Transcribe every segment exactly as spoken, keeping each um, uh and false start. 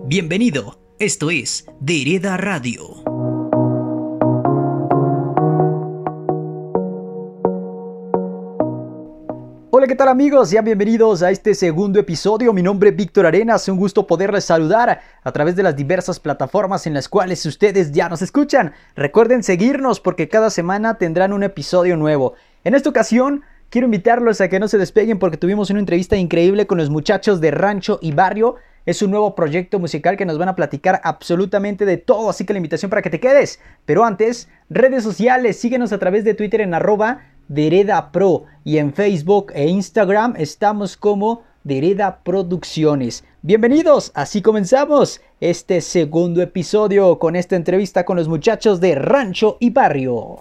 Bienvenido, esto es Dereda Radio. Hola, ¿qué tal amigos? Sean bienvenidos a este segundo episodio. Mi nombre es Víctor Arenas, un gusto poderles saludar a través de las diversas plataformas en las cuales ustedes ya nos escuchan. Recuerden seguirnos porque cada semana tendrán un episodio nuevo. En esta ocasión quiero invitarlos a que no se despeguen porque tuvimos una entrevista increíble con los muchachos de Rancho y Barrio. Es un nuevo proyecto musical que nos van a platicar absolutamente de todo, así que la invitación para que te quedes. Pero antes, redes sociales, síguenos a través de Twitter en arroba Dereda Pro y en Facebook e Instagram estamos como Dereda Producciones. Bienvenidos, así comenzamos este segundo episodio con esta entrevista con los muchachos de Rancho y Barrio.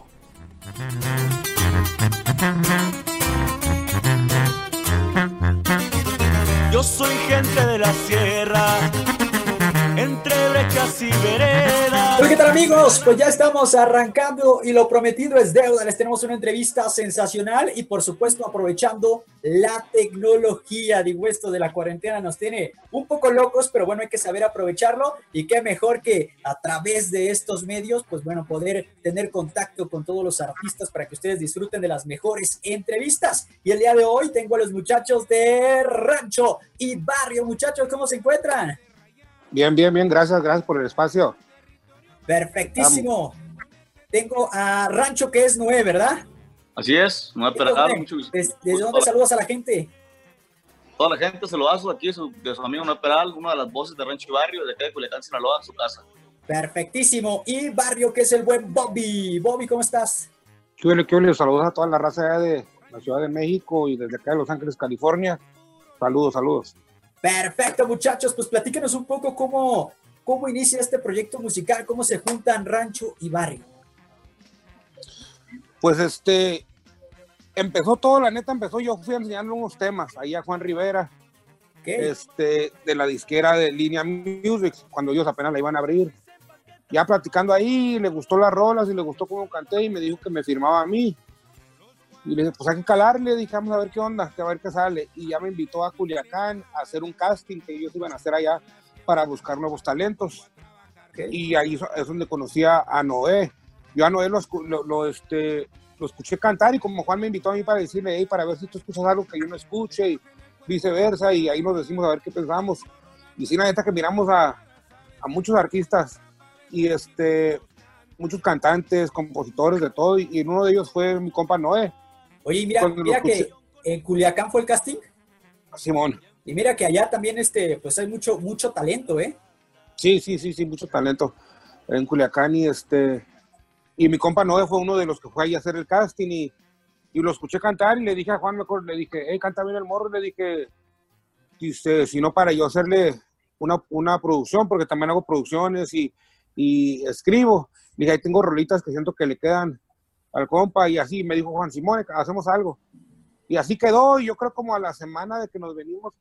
Yo soy gente de la sierra, entre brechas y veredas. Hola, ¿qué tal amigos? Pues ya estamos arrancando y lo prometido es deuda. Les tenemos una entrevista sensacional y por supuesto aprovechando la tecnología. Digo, esto de la cuarentena nos tiene un poco locos, pero bueno, hay que saber aprovecharlo y qué mejor que a través de estos medios, pues bueno, poder tener contacto con todos los artistas para que ustedes disfruten de las mejores entrevistas. Y el día de hoy tengo a los muchachos de Rancho y Barrio. Muchachos, ¿cómo se encuentran? Bien, bien, bien, gracias, gracias por el espacio. Perfectísimo. Vamos. Tengo a Rancho, que es Noé, ¿verdad? Así es, Noé Peral. Mucho ¿Desde, ¿desde dónde saludas a la gente? Toda la gente, saludazos aquí de su, de su amigo Noé Peral, una de las voces de Rancho y Barrio, de acá de Culiacán, Sinaloa, en su casa. Perfectísimo. Y Barrio, que es el buen Bobby. Bobby, ¿cómo estás? Yo le quiero saludar a toda la raza de la Ciudad de México y desde acá de Los Ángeles, California. Saludos, saludos. Perfecto, muchachos. Pues platícanos un poco cómo... ¿Cómo inicia este proyecto musical? ¿Cómo se juntan Rancho y Barrio? Pues este, empezó todo, la neta empezó, yo fui a enseñarle unos temas ahí a Juan Rivera, ¿qué? Este, de la disquera de Línea Music, cuando ellos apenas la iban a abrir. Ya platicando ahí, le gustó las rolas y le gustó cómo canté y me dijo que me firmaba a mí. Y le dije, pues hay que calarle, dije, vamos a ver qué onda, a ver qué sale. Y ya me invitó a Culiacán a hacer un casting que ellos iban a hacer allá para buscar nuevos talentos. Okay. Y ahí es donde conocí a, a Noé. Yo a Noé lo, lo, lo, este, lo escuché cantar y como Juan me invitó a mí para decirle, hey, para ver si tú escuchas algo que yo no escuche y viceversa, y ahí nos decimos a ver qué pensamos. Y sí, la neta que miramos a, a muchos artistas y este, muchos cantantes, compositores, de todo, y, y uno de ellos fue mi compa Noé. Oye, mira, mira que en Culiacán fue el casting. Simón. Y mira que allá también este, pues hay mucho, mucho talento, ¿eh? Sí, sí, sí, sí, mucho talento en Culiacán y este, y mi compa Noé fue uno de los que fue ahí a hacer el casting y, y lo escuché cantar y le dije a Juan, mejor, le dije, hey, canta bien el morro, le dije, dice, si no para yo hacerle una, una producción, porque también hago producciones y, y escribo, le dije, ahí tengo rolitas que siento que le quedan al compa y así, me dijo Juan Simón, hacemos algo. Y así quedó, y yo creo como a la semana de que nos venimos,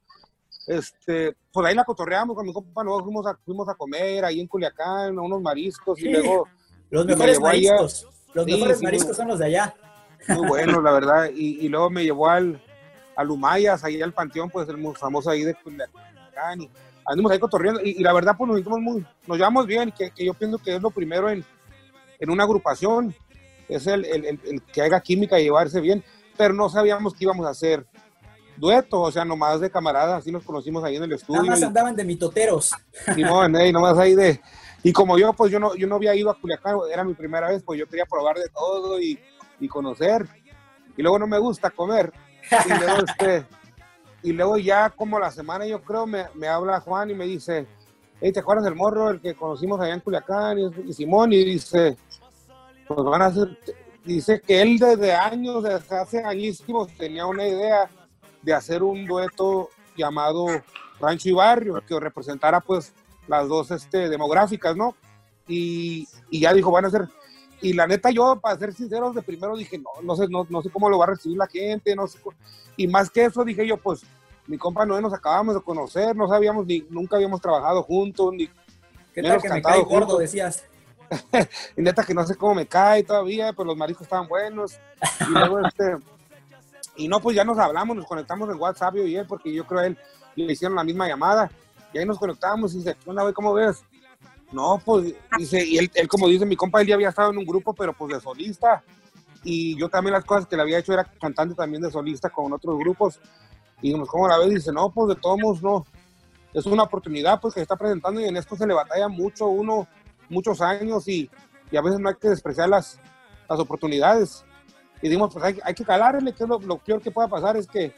este, pues ahí la cotorreamos con mi compa, luego fuimos a, fuimos a comer ahí en Culiacán, a unos mariscos, sí, y luego... Los mejores mariscos, allá, los sí, mejores sí, mariscos muy, son los de allá. Muy buenos, la verdad, y, y luego me llevó al, al Humayas, ahí al Panteón, pues el muy famoso ahí de Culiacán, y andamos ahí cotorreando, y, y la verdad, pues nos sentimos muy, nos llevamos bien, y que, que yo pienso que es lo primero en, en una agrupación, es el, el, el, el que haga química y llevarse bien, pero no sabíamos que íbamos a hacer dueto, o sea, nomás de camaradas, así nos conocimos ahí en el estudio. Nada más andaban de mitoteros. Y no, hey, nomás ahí de... Y como yo, pues yo no, yo no había ido a Culiacán, era mi primera vez, pues yo quería probar de todo y, y conocer. Y luego no me gusta comer. Y luego, este, y luego ya como la semana, yo creo, me, me habla Juan y me dice, hey, ¿te acuerdas del morro, el que conocimos allá en Culiacán? Y, y Simón, y dice, pues van a hacer... Dice que él desde años, desde hace añísimos, tenía una idea de hacer un dueto llamado Rancho y Barrio, que representara pues las dos este, demográficas, ¿no? Y, y ya dijo, van a hacer, y la neta yo, para ser sinceros, de primero dije, no, no sé, no, no sé cómo lo va a recibir la gente, no sé, y más que eso dije yo, pues, mi compa Noé nos acabamos de conocer, no sabíamos, ni nunca habíamos trabajado juntos, ni ¿qué tal que me cae gordo, juntos. Decías? Y neta que no sé cómo me cae todavía, pero los mariscos estaban buenos, y luego este... Y no, pues ya nos hablamos, nos conectamos en WhatsApp yo y él, porque yo creo a él le hicieron la misma llamada. Y ahí nos conectábamos y dice, ¿qué onda, güey? ¿Cómo ves? No, pues, dice, y él, él, como dice, mi compa, él ya había estado en un grupo, pero pues de solista. Y yo también las cosas que le había hecho era cantante también de solista con otros grupos. Y dijimos, ¿cómo la ves? Dice, no, pues de todos modos, no. Es una oportunidad pues que se está presentando y en esto se le batalla mucho uno, muchos años y, y a veces no hay que despreciar las, las oportunidades. Y dijimos, pues hay, hay que calarle, que es lo, lo peor que pueda pasar es que,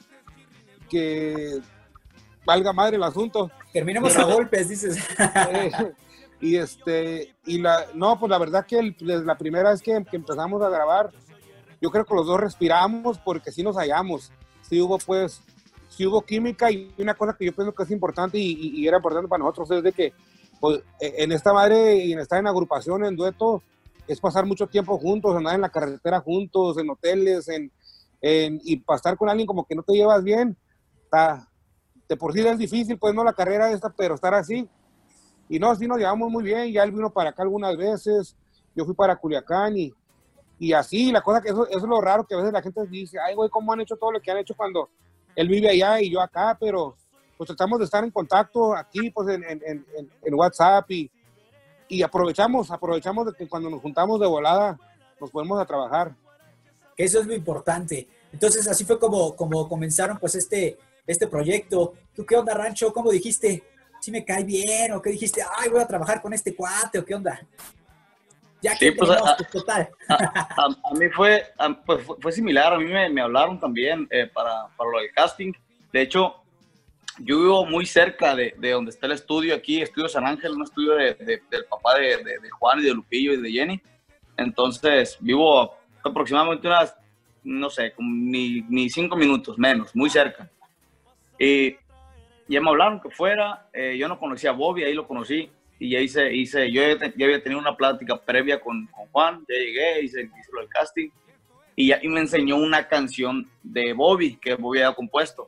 que valga madre el asunto. Terminemos a golpes, dices. eh, y este, y la, no, pues la verdad que el, la primera vez que, que empezamos a grabar, yo creo que los dos respiramos porque sí nos hallamos, sí hubo pues, sí hubo química y una cosa que yo pienso que es importante y, y, y era importante para nosotros es de que pues, en esta madre y en estar en agrupación, en dueto, es pasar mucho tiempo juntos, andar en la carretera juntos, en hoteles, en, en, y para estar con alguien como que no te llevas bien, está, de por sí es difícil, pues no la carrera esta, pero estar así, y no, sí nos llevamos muy bien, ya él vino para acá algunas veces, yo fui para Culiacán y, y así, la cosa que eso, eso es lo raro que a veces la gente dice, ay güey, ¿cómo han hecho todo lo que han hecho cuando él vive allá y yo acá? Pero pues tratamos de estar en contacto aquí, pues en, en, en, en WhatsApp y y aprovechamos, aprovechamos de que cuando nos juntamos de volada nos ponemos a trabajar. Eso es lo importante. Entonces así fue como, como comenzaron pues este, este proyecto. ¿Tú qué onda, Rancho? ¿Cómo dijiste? ¿Sí me cae bien? ¿O qué dijiste? Ay, voy a trabajar con este cuate, ¿o qué onda? Ya que sí, pues, tenemos, a, pues, total. A, a, a mí fue, a, pues, fue, fue similar, a mí me, me hablaron también eh, para, para lo del casting. De hecho, yo vivo muy cerca de, de donde está el estudio aquí, Estudio San Ángel, un estudio de, de, del papá de, de, de Juan y de Lupillo y de Jenny. Entonces, vivo aproximadamente unas, no sé, como ni, ni cinco minutos, menos, muy cerca. Y ya me hablaron que fuera, eh, yo no conocía a Bobby, ahí lo conocí. Y ya hice, hice yo ya había tenido una plática previa con, con Juan, ya llegué, hice, hice lo del casting. Y, ya, y me enseñó una canción de Bobby, que Bobby había compuesto.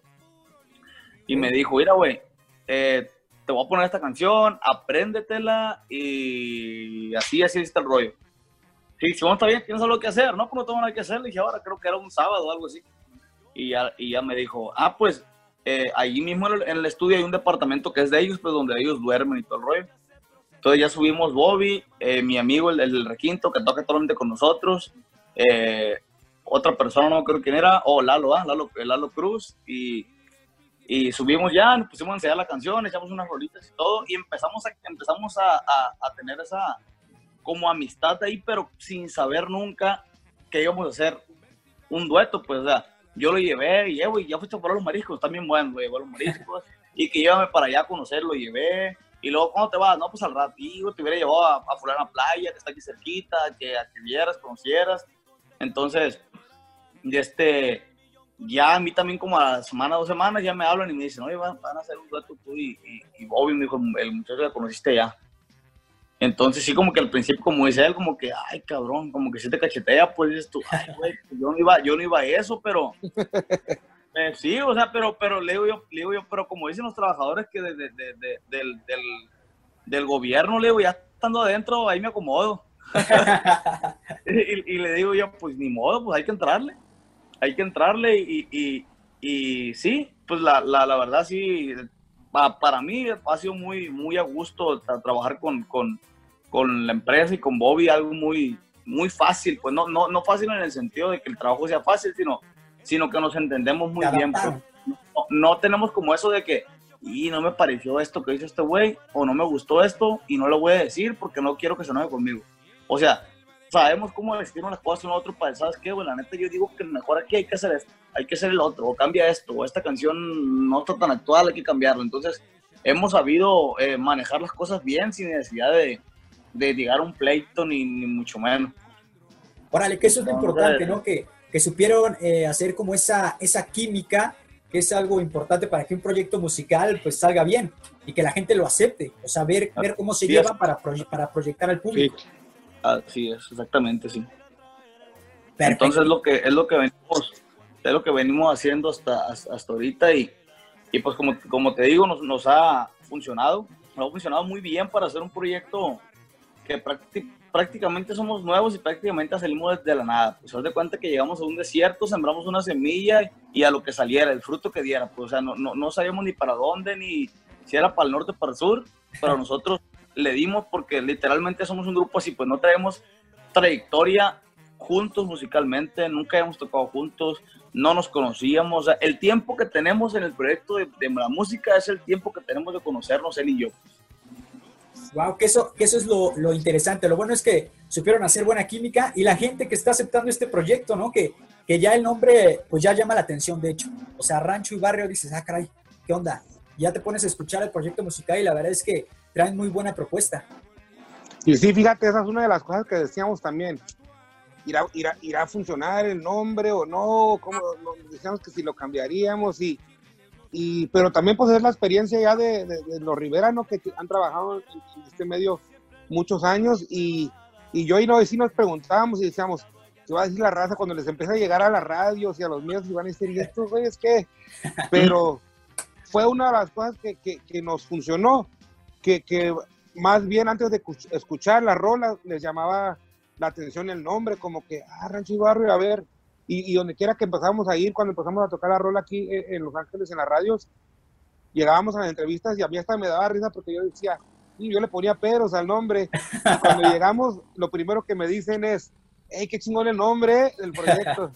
Y me dijo, mira, güey, eh, te voy a poner esta canción, apréndetela y así, así está el rollo. Sí, si vos está bien, tienes algo que hacer, ¿no? Pues no tengo nada que hacer. Le dije, ahora creo que era un sábado o algo así. Y ya, y ya me dijo, ah, pues, eh, allí mismo en el, en el estudio hay un departamento que es de ellos, pues donde ellos duermen y todo el rollo. Entonces ya subimos Bobby, eh, mi amigo, el, el requinto, que toca totalmente con nosotros, eh, otra persona, no creo quién era, o oh, Lalo, ¿ah? Lalo, Lalo Cruz, y... Y subimos ya, nos pusimos a ensayar la canción, echamos unas rolitas y todo, y empezamos a, empezamos a, a, a tener esa como amistad ahí, pero sin saber nunca que íbamos a hacer un dueto, pues, o sea, yo lo llevé, y, eh, güey, ya fuiste a probar los mariscos, también bueno, güey, los mariscos, y que llévame para allá a conocer, lo llevé, y luego, ¿cuándo te vas? No, pues al ratito, te hubiera llevado a, a fulana playa, que está aquí cerquita, que, a que vieras, conocieras, entonces, y este... ya a mí también como a la semana, dos semanas, ya me hablan y me dicen, oye, van, van a hacer un dueto tú y, y, y Bobby, me dijo, el muchacho que conociste ya. Entonces sí, como que al principio, como dice él, como que, ay, cabrón, como que si te cachetea, pues dices tú, ay, güey, yo no iba, yo no iba a eso, pero... Eh, sí, o sea, pero, pero le digo yo, le digo yo, pero como dicen los trabajadores que de, de, de, de, del, del, del gobierno, le digo, ya estando adentro, ahí me acomodo. y, y le digo yo, pues ni modo, pues hay que entrarle. Hay que entrarle y, y, y sí, pues la, la, la verdad sí, pa, para mí ha sido muy, muy a gusto tra trabajar con, con, con la empresa y con Bobby, algo muy, muy fácil, pues no, no, no fácil en el sentido de que el trabajo sea fácil, sino, sino que nos entendemos muy bien. Pues. No, no tenemos como eso de que, y no me pareció esto que dice este güey, o no me gustó esto y no lo voy a decir porque no quiero que se enoje conmigo. O sea, sabemos cómo decir unas cosas uno a otro para, ¿sabes qué? Bueno, la neta yo digo que mejor aquí hay que hacer esto, hay que hacer el otro, o cambia esto, o esta canción no está tan actual, hay que cambiarlo. Entonces, hemos sabido eh, manejar las cosas bien sin necesidad de, de llegar a un pleito, ni, ni mucho menos. Órale, que eso es lo importante, ¿no? Que, que supieron eh, hacer como esa, esa química, que es algo importante para que un proyecto musical pues salga bien y que la gente lo acepte, o sea, ver, ver cómo se sí, lleva para, proye para proyectar al público. Sí. Así es, exactamente, sí. Perfecto. Entonces lo que es lo que venimos, es lo que venimos haciendo hasta, hasta ahorita y, y pues como, como te digo, nos, nos ha funcionado, nos ha funcionado muy bien para hacer un proyecto que prácticamente somos nuevos y prácticamente salimos desde la nada. Pues haz de cuenta que llegamos a un desierto, sembramos una semilla y a lo que saliera, el fruto que diera, pues o sea, no, no, no sabíamos ni para dónde, ni, si era para el norte, para el sur, pero nosotros le dimos porque literalmente somos un grupo así, pues no traemos trayectoria juntos musicalmente, nunca hemos tocado juntos, no nos conocíamos. O sea, el tiempo que tenemos en el proyecto de, de la música es el tiempo que tenemos de conocernos él y yo. Wow, que eso, que eso es lo, lo interesante. Lo bueno es que supieron hacer buena química y la gente que está aceptando este proyecto, ¿no? Que, que ya el nombre, pues ya llama la atención, de hecho. O sea, Rancho y Barrio, dices, ah, caray, ¿qué onda? Ya te pones a escuchar el proyecto musical y la verdad es que traen muy buena propuesta. Y sí, fíjate, esa es una de las cosas que decíamos también. ¿Irá, irá, irá a funcionar el nombre o no? ¿Cómo? Decíamos que si lo cambiaríamos y... Y, pero también pues es la experiencia ya de, de, de los Rivera, ¿no? Que, que han trabajado en, en este medio muchos años y, y yo y no, y sí nos preguntábamos y decíamos, ¿qué va a decir la raza cuando les empieza a llegar a las radios y a los medios y van a decir, ¿y estos güeyes qué? Pero fue una de las cosas que, que, que nos funcionó, que, que más bien antes de escuchar la rola les llamaba la atención el nombre, como que, ah, Rancho y Barrio, a ver. Y, y donde quiera que empezamos a ir, cuando empezamos a tocar la rola aquí en, en Los Ángeles, en las radios, llegábamos a las entrevistas y a mí hasta me daba risa porque yo decía, y yo le ponía peros al nombre. Y cuando llegamos, lo primero que me dicen es, hey, qué chingón el nombre del proyecto.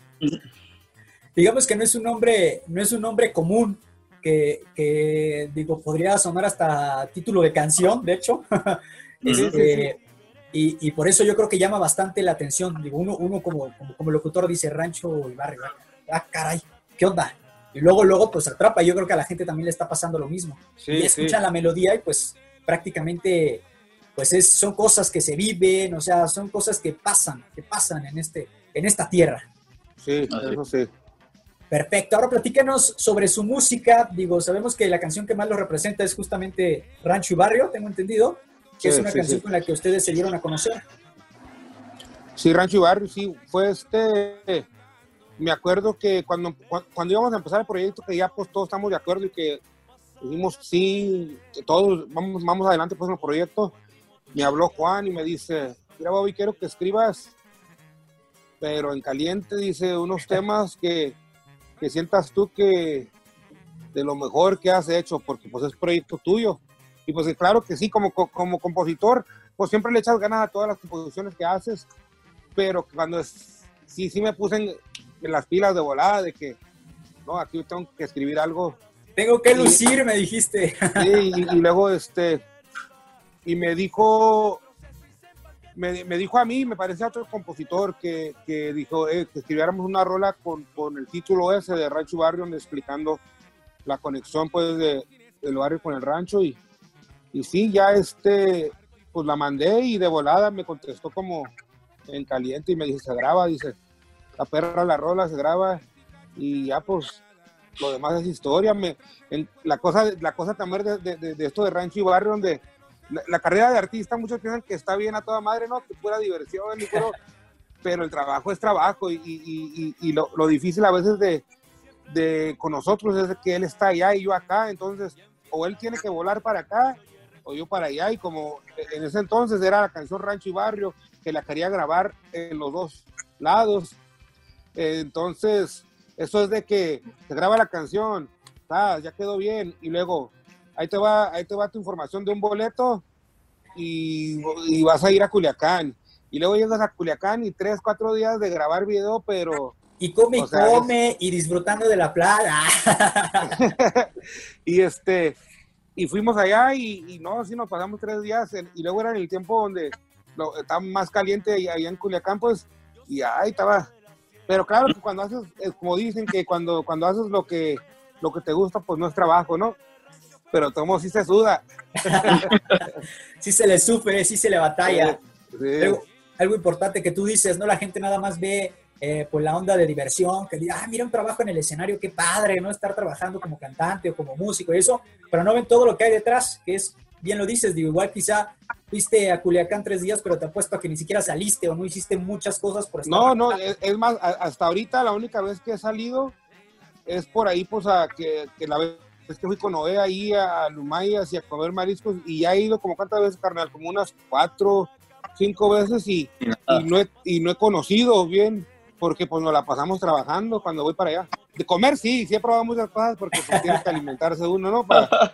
Digamos que no es un nombre, no es un nombre común, que, que digo, podría sonar hasta título de canción, de hecho. Sí, este, sí, sí. Y, y por eso yo creo que llama bastante la atención. Digo, uno, uno como, como, como locutor dice Rancho y Barrio. Ah, caray, ¿qué onda? Y luego, luego, pues atrapa. Yo creo que a la gente también le está pasando lo mismo. Sí, y escuchan sí. la melodía y pues prácticamente pues es, son cosas que se viven, o sea, son cosas que pasan, que pasan en, este, en esta tierra. Sí, eso sí. Perfecto. Ahora platícanos sobre su música. Digo, sabemos que la canción que más lo representa es justamente Rancho y Barrio, tengo entendido. Que Sí, es una sí, canción sí. con la que ustedes se dieron a conocer. Sí, Rancho y Barrio, sí, fue este, me acuerdo que cuando, cuando íbamos a empezar el proyecto, que ya pues todos estamos de acuerdo y que dijimos sí, todos vamos, vamos adelante pues en el proyecto, me habló Juan y me dice, mira Bobby, quiero que escribas, pero en caliente, dice, unos temas que, que sientas tú que de lo mejor que has hecho, porque pues es proyecto tuyo. Y pues claro que sí, como, como compositor, pues siempre le echas ganas a todas las composiciones que haces, pero cuando es, sí, sí me puse en, en las pilas de volada, de que, no, aquí tengo que escribir algo. Tengo que y, lucir, me dijiste. Sí, y, y luego, este, y me dijo, me, me dijo a mí, me parece a otro compositor, que, que dijo eh, que escribiéramos una rola con, con el título ese de Rancho y Barrio, explicando la conexión, pues, de, del barrio con el rancho, y Y sí, ya este, pues la mandé y de volada me contestó como en caliente y me dice, se graba, dice, la perra la rola se graba y ya pues lo demás es historia. Me, en, la, cosa, la cosa también de, de, de esto de Rancho y Barrio, donde la, la carrera de artista muchos piensan que está bien a toda madre, ¿no? Que pura diversión y puro, pero el trabajo es trabajo y, y, y, y lo, lo difícil a veces de, de con nosotros es que él está allá y yo acá, entonces o él tiene que volar para acá o yo para allá, y como en ese entonces era la canción Rancho y Barrio, que la quería grabar en los dos lados, eh, entonces eso es de que se graba la canción, ah, ya quedó bien, y luego ahí te va, ahí te va tu información de un boleto y, y vas a ir a Culiacán, y luego llegas a Culiacán y tres, cuatro días de grabar video, pero y come y sea, come es... y disfrutando de la playa. y este y fuimos allá y, y no, sí nos pasamos tres días en, y luego era en el tiempo donde lo, estaba más caliente allá, allá en Culiacán, pues, y ahí estaba. Pero claro que cuando haces, como dicen que cuando, cuando haces lo que, lo que te gusta, pues no es trabajo, ¿no? Pero tomo sí se suda. Sí se le sufre, sí se le batalla. Sí, sí. Algo, algo importante que tú dices, ¿no? La gente nada más ve eh, pues la onda de diversión, que diga, ah, mira un trabajo en el escenario, qué padre, ¿no? Estar trabajando como cantante o como músico y eso, pero no ven todo lo que hay detrás, que es, bien lo dices, digo, igual quizá fuiste a Culiacán tres días, pero te apuesto a que ni siquiera saliste o no hiciste muchas cosas por estar. No, no, es, es más, hasta ahorita la única vez que he salido es por ahí, pues, a que, que la vez que fui con Noé ahí a Lumayas y a comer mariscos, y ya he ido como cuántas veces, carnal, como unas cuatro, cinco veces, y, y, no, he, y no he conocido bien, porque pues nos la pasamos trabajando cuando voy para allá. De comer sí, sí he probado muchas cosas, porque pues tiene que alimentarse uno, ¿no? Para,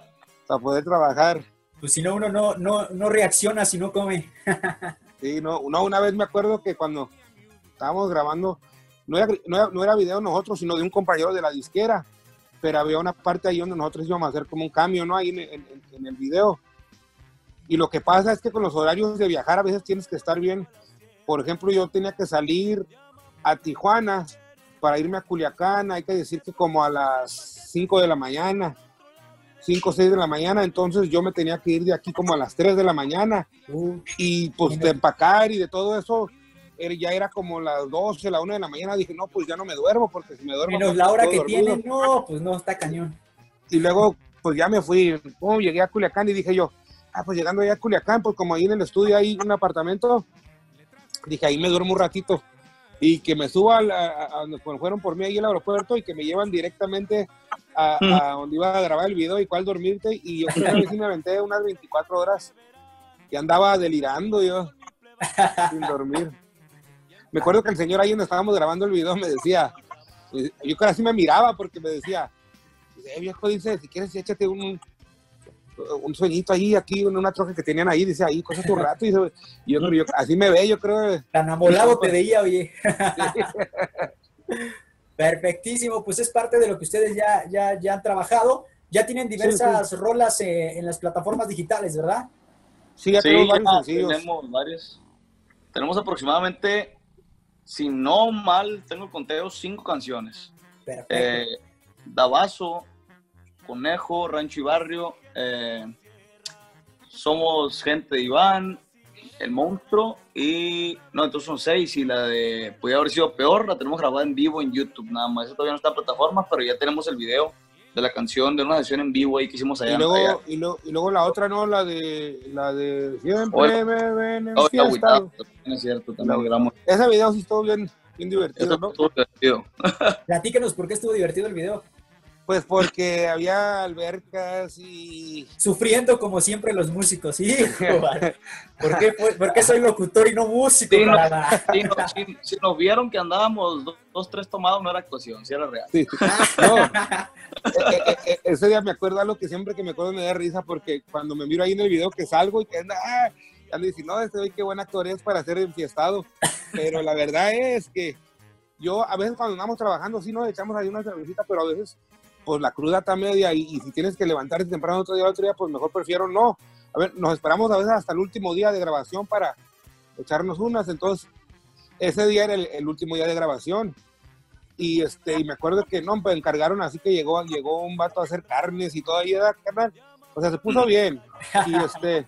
para poder trabajar. Pues si no, uno no, no, no reacciona si no come. Sí, no, no, una vez me acuerdo que cuando estábamos grabando, no era, no, era, no era video nosotros, sino de un compañero de la disquera, pero había una parte ahí donde nosotros íbamos a hacer como un cambio, ¿no? Ahí en, en, en el video. Y lo que pasa es que con los horarios de viajar a veces tienes que estar bien. Por ejemplo, yo tenía que salir a Tijuana para irme a Culiacán, hay que decir que como a las cinco de la mañana, cinco o seis de la mañana, entonces yo me tenía que ir de aquí como a las tres de la mañana, uh, y pues de empacar y de todo eso, ya era como las doce, la una de la mañana, dije, no, pues ya no me duermo, porque si me duermo... Menos la hora que tienen, no, pues no, está cañón. Y luego, pues ya me fui, oh, llegué a Culiacán y dije yo, ah, pues llegando allá a Culiacán, pues como ahí en el estudio hay un apartamento, dije, ahí me duermo un ratito, y que me suba a, a, a donde fueron por mí ahí al aeropuerto y que me llevan directamente a, a donde iba a grabar el video y cuál dormirte, y yo creo que sí me aventé unas veinticuatro horas y andaba delirando yo sin dormir. Me acuerdo que el señor ahí donde estábamos grabando el video me decía, yo casi me miraba porque me decía, eh, viejo, dice, si quieres échate un, un sueñito ahí, aquí, en una troca que tenían ahí, dice, ahí, cosa tu rato, y, dice, y yo, yo, así me ve, yo creo. Tan amolado te veía, oye. Sí. Perfectísimo, pues es parte de lo que ustedes ya, ya, ya han trabajado. Ya tienen diversas sí, sí. rolas eh, en las plataformas digitales, ¿verdad? Sí, ya sí, tenemos varios ya sencillos. Tenemos varios. Tenemos aproximadamente, si no mal, tengo el conteo, cinco canciones. Perfecto. Eh, Davaso, Conejo, Rancho y Barrio, eh, Somos Gente de Iván, El Monstruo y... No, entonces son seis, y la de Podría Haber Sido Peor la tenemos grabada en vivo en YouTube nada más. Eso todavía no está en plataformas, pero ya tenemos el video de la canción, de una sesión en vivo ahí que hicimos allá. Y luego, allá. Y, lo, y luego la otra, ¿no? La de... La de Siempre Oye, me ven en oh, fiesta. Es cierto, también grabamos. Ese video sí estuvo bien, bien divertido, Eso ¿no? Estuvo divertido. Platícanos por qué estuvo divertido el video. Pues porque había albercas y... Sufriendo como siempre los músicos, ¿sí? ¿Por qué, ¿Por qué soy locutor y no músico? Sí, no, sí, no, si, si nos vieron que andábamos dos, dos, tres tomados, no era actuación, sí era real. Sí. No, e, e, ese día me acuerdo algo que siempre que me acuerdo me da risa, porque cuando me miro ahí en el video que salgo y que anda... ¡Ah! Ando diciendo, no, este hoy qué buen actor es para ser enfiestado. Pero la verdad es que yo a veces cuando andamos trabajando sí nos echamos ahí una cervecita, pero a veces... pues la cruda está media y, y si tienes que levantarte temprano otro día, otro día, pues mejor prefiero no. A ver, nos esperamos a veces hasta el último día de grabación para echarnos unas, entonces ese día era el, el último día de grabación y este y me acuerdo que no, me encargaron así que llegó, llegó un vato a hacer carnes y todo ahí, carnal, o sea, se puso bien y este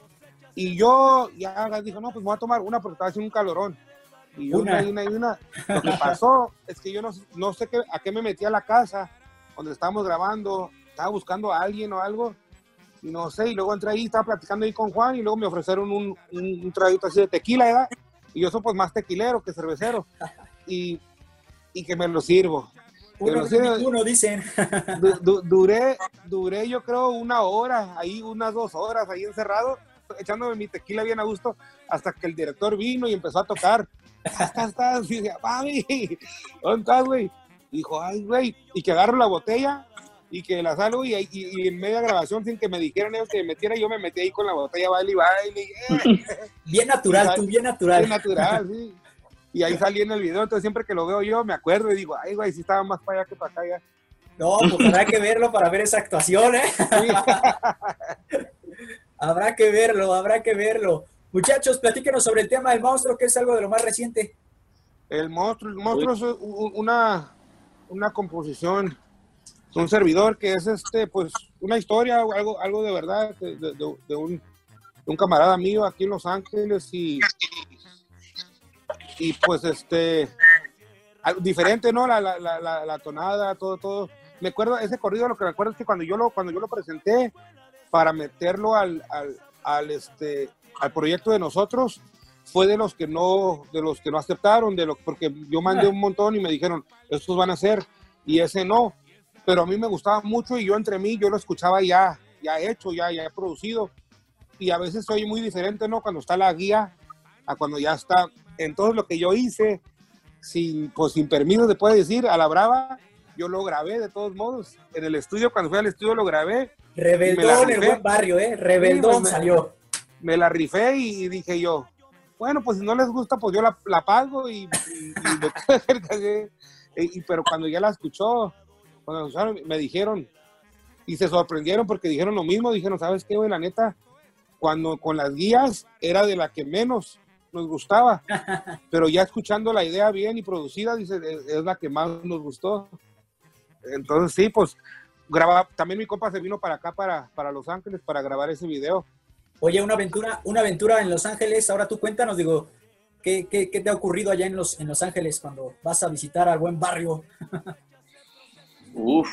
y yo ya dijo, no, pues me voy a tomar una porque estaba haciendo un calorón y yo una y una y una. Lo que pasó es que yo no, no sé qué, a qué me metí a la casa donde estábamos grabando, estaba buscando a alguien o algo, y no sé, y luego entré ahí, estaba platicando ahí con Juan, y luego me ofrecieron un, un, un traguito así de tequila, ¿verdad? Y yo soy pues más tequilero que cervecero, y, y que me lo sirvo. Uno, sirvo. uno dicen. Du, du, duré, duré yo creo una hora, ahí unas dos horas, ahí encerrado, echándome mi tequila bien a gusto, hasta que el director vino y empezó a tocar. ¿Estás, estás? Y decía, mami, ¿dónde estás, güey? Dijo, ay, güey, y que agarro la botella y que la salgo y, y, y en media grabación, sin que me dijeran ellos que me metiera, yo me metí ahí con la botella, baile y baile. Eh. Bien natural, y, tú, bien natural. Bien natural, sí. Y ahí salí en el video, entonces siempre que lo veo yo me acuerdo y digo, ay, güey, sí estaba más para allá que para acá ya. No, pues habrá que verlo para ver esa actuación, ¿eh? Sí. Habrá que verlo, habrá que verlo. Muchachos, platíquenos sobre el tema del monstruo, que es algo de lo más reciente. El monstruo, el monstruo es una... una composición, un servidor que es este, pues, una historia, algo, algo de verdad, de, de, de, un, de un camarada mío aquí en Los Ángeles y, y pues, este, diferente, ¿no? La, la, la, la tonada, todo, todo. Me acuerdo, ese corrido, lo que me acuerdo es que cuando yo lo, cuando yo lo presenté para meterlo al, al, al, este, al proyecto de nosotros, fue de los que no, de los que no aceptaron, de lo, porque yo mandé un montón y me dijeron, estos van a ser, y ese no, pero a mí me gustaba mucho y yo entre mí, yo lo escuchaba ya, ya hecho, ya, ya producido, y a veces soy muy diferente, ¿no? Cuando está la guía, a cuando ya está, entonces lo que yo hice, sin, pues sin permiso se puede decir, a la brava, yo lo grabé de todos modos, en el estudio, cuando fui al estudio lo grabé, Rebeldón, el buen barrio, ¿eh? Rebeldón sí, me, salió. Me la rifé y dije yo, bueno, pues si no les gusta, pues yo la, la pago y, y, y, y pero cuando ya la escuchó, cuando la escucharon, me dijeron, y se sorprendieron porque dijeron lo mismo, dijeron, ¿sabes qué, güey? La neta, cuando con las guías era de la que menos nos gustaba, pero ya escuchando la idea bien y producida, dice, es, es la que más nos gustó. Entonces sí, pues graba, también mi compa se vino para acá, para, para Los Ángeles, para grabar ese video. Oye, una aventura, una aventura en Los Ángeles, ahora tú cuéntanos, digo, ¿qué, qué, qué te ha ocurrido allá en Los, en Los Ángeles cuando vas a visitar al buen barrio? Uf.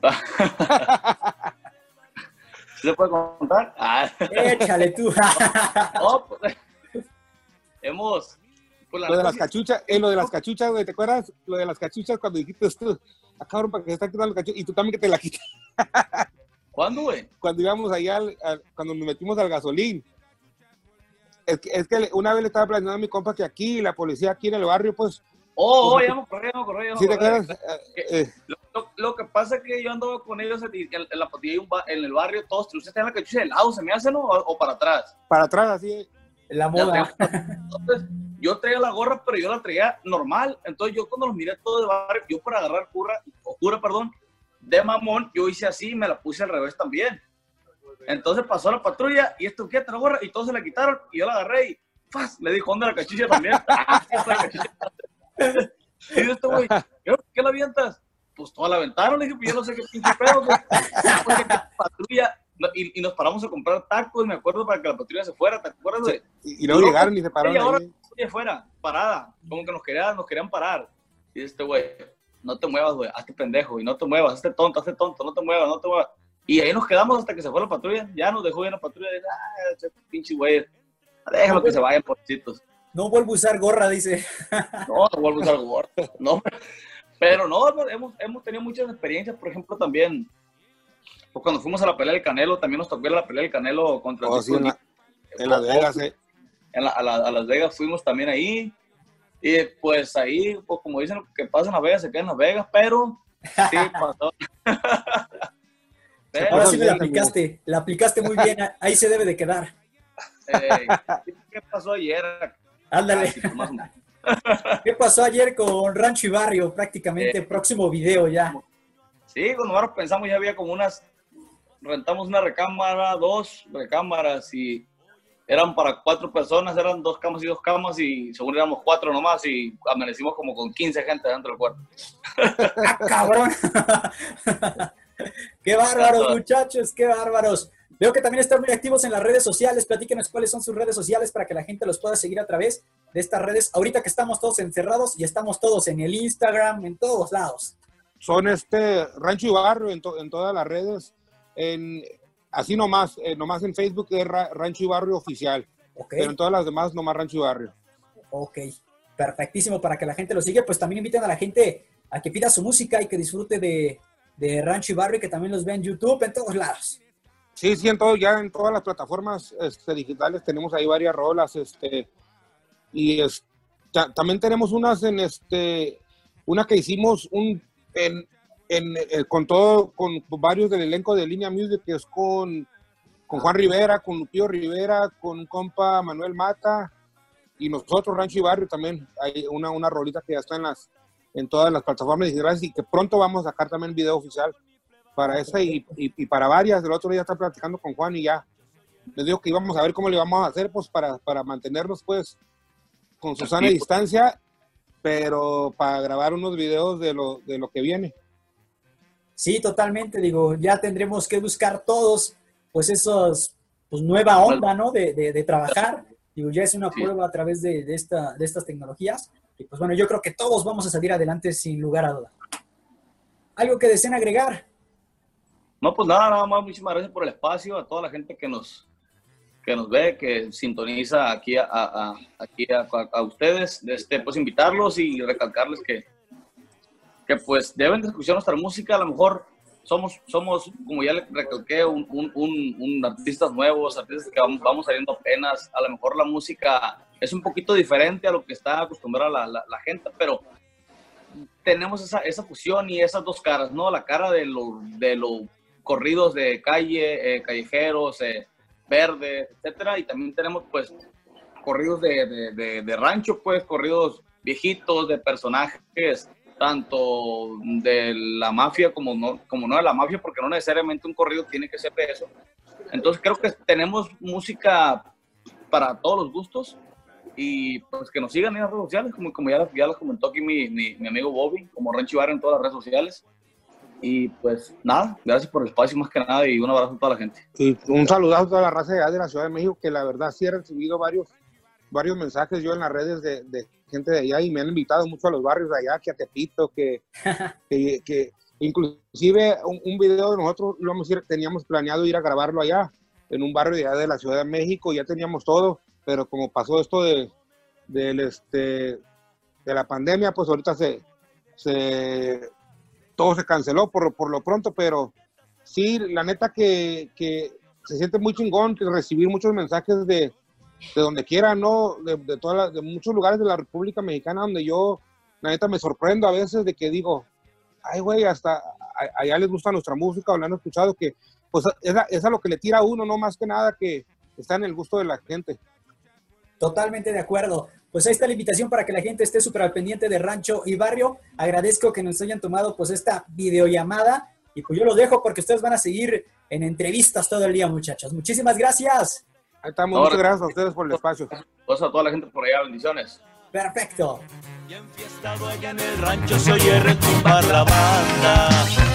¿Se puede contar? Ah. Échale tú. No, pues, hemos... Pues lo de las cachuchas, eh, lo de las cachuchas, güey, ¿te acuerdas? Lo de las cachuchas cuando dijiste tú, ah, cabrón, para que se está quitando las cachuchas, y tú también que te la quitas. ¿Cuándo, güey? Cuando íbamos allá, al, al, cuando nos metimos al gasolín. Es que, es que una vez le estaba planeando a mi compa que aquí, la policía aquí en el barrio, pues... Oh, pues, oh, ya me acordé, ya me acordé, ya me ¿sí te acuerdas? Eh, lo, lo, lo que pasa es que yo andaba con ellos en, en, en la patilla, en el barrio, todos, ¿ustedes tienen la cachucha de lado, se me hace, no? O, o para atrás. Para atrás, así. La moda. Entonces, yo traía la gorra, pero yo la traía normal. Entonces, yo cuando los miré todo de barrio, yo para agarrar cura, o cura, perdón, de mamón, yo hice así y me la puse al revés también. Entonces pasó la patrulla y esto, ¿qué? La gorra, y todos se la quitaron y yo la agarré y ¡faz! Le dijo, ¿dónde la cachucha también? La cachucha. Y yo, este güey, ¿qué la avientas? Pues toda la aventaron, le dije, pues yo no sé qué pinche pedo. Patrulla, y, y nos paramos a comprar tacos, me acuerdo, para que la patrulla se fuera, ¿te acuerdas, güey? Y, y luego no, llegaron y se pararon. Y ahora la fuera, parada, como que nos querían, nos querían parar. Y este güey, no te muevas, güey, hazte pendejo, y no te muevas, hazte tonto, hazte tonto, no te muevas, no te muevas. Y ahí nos quedamos hasta que se fue la patrulla, ya nos dejó bien la patrulla, y, ah, pinche güey, déjalo que se vayan, pobrecitos. No vuelvo a usar gorra, dice. No, no vuelvo a usar gorra, no. Pero no, hemos, hemos tenido muchas experiencias, por ejemplo, también, pues cuando fuimos a la pelea del Canelo, también nos tocó la pelea del Canelo contra... Oh, sí, en, la, en Las Vegas, eh. En la, a, la, a Las Vegas fuimos también ahí, y pues ahí, pues como dicen, que pasa en Las Vegas, se queda en Las Vegas, pero sí pasó. Pero, ahora sí me la aplicaste, la aplicaste muy bien, ahí se debe de quedar. Eh, ¿Qué pasó ayer? Ándale. ¿Qué pasó ayer con Rancho y Barrio? Prácticamente, eh, próximo video ya. Sí, cuando ahora pensamos ya había como unas, rentamos una recámara, dos recámaras y eran para cuatro personas, eran dos camas y dos camas y según éramos cuatro nomás y amanecimos como con quince gente dentro del cuarto. ¡Ah, cabrón! ¡Qué bárbaros, muchachos! ¡Qué bárbaros! Veo que también están muy activos en las redes sociales. Platíquenos cuáles son sus redes sociales para que la gente los pueda seguir a través de estas redes. Ahorita que estamos todos encerrados y estamos todos en el Instagram, en todos lados. Son este Rancho y Barrio en, to, en todas las redes. En, así nomás, eh, nomás en Facebook es Ra, Rancho y Barrio Oficial. Okay. Pero en todas las demás nomás Rancho y Barrio. Ok, perfectísimo para que la gente lo siga. Pues también inviten a la gente a que pida su música y que disfrute de, de Rancho y Barrio y que también los vea en YouTube, en todos lados. Sí, sí, en todo, ya en todas las plataformas este, digitales tenemos ahí varias rolas, este, y es, ta, también tenemos unas en este, una que hicimos un, en, en, eh, con todo, con varios del elenco de Línea Music, que es con, con Juan Rivera, con Lupillo Rivera, con un compa Manuel Mata, y nosotros, Rancho y Barrio, también hay una, una rolita que ya está en las, en todas las plataformas digitales y que pronto vamos a sacar también video oficial para esa y, y, y para varias. El otro día está platicando con Juan y ya me dijo que íbamos a ver cómo le vamos a hacer pues para, para mantenernos pues con su sana distancia, pero para grabar unos videos de lo, de lo que viene. Sí, totalmente, digo, ya tendremos que buscar todos pues esos, pues nueva onda, ¿no? De, de, de trabajar, digo, ya es una prueba a través de, de, esta, de estas tecnologías y pues bueno, yo creo que todos vamos a salir adelante sin lugar a duda. ¿Algo que deseen agregar? No, pues nada, nada más, muchísimas gracias por el espacio, a toda la gente que nos, que nos ve, que sintoniza aquí a, a, a, aquí a, a ustedes, este, pues invitarlos y recalcarles que, que pues deben de escuchar nuestra música, a lo mejor somos, somos como ya le recalqué, un, un, un, un artistas nuevos, artistas que vamos, vamos saliendo apenas, a lo mejor la música es un poquito diferente a lo que está acostumbrada la, la, la gente, pero tenemos esa, esa fusión y esas dos caras, ¿no? La cara de lo, de lo corridos de calle, eh, callejeros, eh, verdes, etcétera, y también tenemos pues corridos de, de, de, de rancho, pues corridos viejitos, de personajes tanto de la mafia como no, como no de la mafia, porque no necesariamente un corrido tiene que ser de eso. Entonces creo que tenemos música para todos los gustos, y pues que nos sigan en las redes sociales, como, como ya, ya les comentó aquí mi, mi, mi amigo Bobby, como Rancho Ibarrio en todas las redes sociales. Y pues nada, gracias por el espacio más que nada, y un abrazo a toda la gente. Y un saludazo a toda la raza de allá de la Ciudad de México, que la verdad sí he recibido varios, varios mensajes yo en las redes de, de gente de allá, y me han invitado mucho a los barrios de allá, que a Tepito, que, que, que inclusive un, un video de nosotros lo vamos a ir, teníamos planeado ir a grabarlo allá, en un barrio de allá de la Ciudad de México, ya teníamos todo, pero como pasó esto de, de, este, de la pandemia, pues ahorita se... se todo se canceló por, por lo pronto, pero sí, la neta que, que se siente muy chingón recibir muchos mensajes de, de donde quiera, ¿no? De, de, todas las, de muchos lugares de la República Mexicana, donde yo, la neta, me sorprendo a veces de que digo, ay, güey, hasta a, allá les gusta nuestra música, o la han escuchado, que pues es a, es a lo que le tira a uno, no más que nada que está en el gusto de la gente. Totalmente de acuerdo. Pues ahí está la invitación para que la gente esté súper al pendiente de Rancho Ibarrio. Agradezco que nos hayan tomado pues esta videollamada, y pues yo los dejo porque ustedes van a seguir en entrevistas todo el día, muchachos. Muchísimas gracias. Ahí estamos. Muchas gracias a ustedes por el espacio. Gracias a toda la gente por allá. Bendiciones. Perfecto. Y enfiestado allá en el rancho se oye retumbar la banda.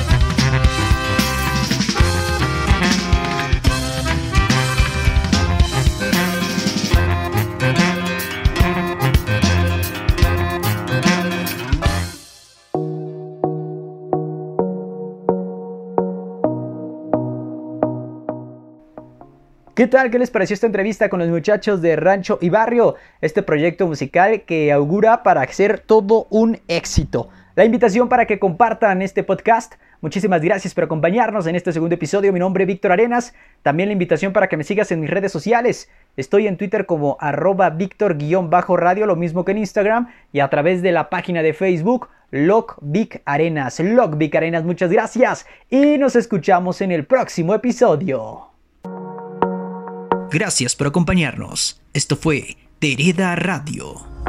¿Qué tal? ¿Qué les pareció esta entrevista con los muchachos de Rancho Ibarrio? Este proyecto musical que augura para ser todo un éxito. La invitación para que compartan este podcast. Muchísimas gracias por acompañarnos en este segundo episodio. Mi nombre es Víctor Arenas. También la invitación para que me sigas en mis redes sociales. Estoy en Twitter como arroba Víctor-radio, lo mismo que en Instagram, y a través de la página de Facebook LocVic Arenas. LocVic Arenas, muchas gracias y nos escuchamos en el próximo episodio. Gracias por acompañarnos. Esto fue Tereda Radio.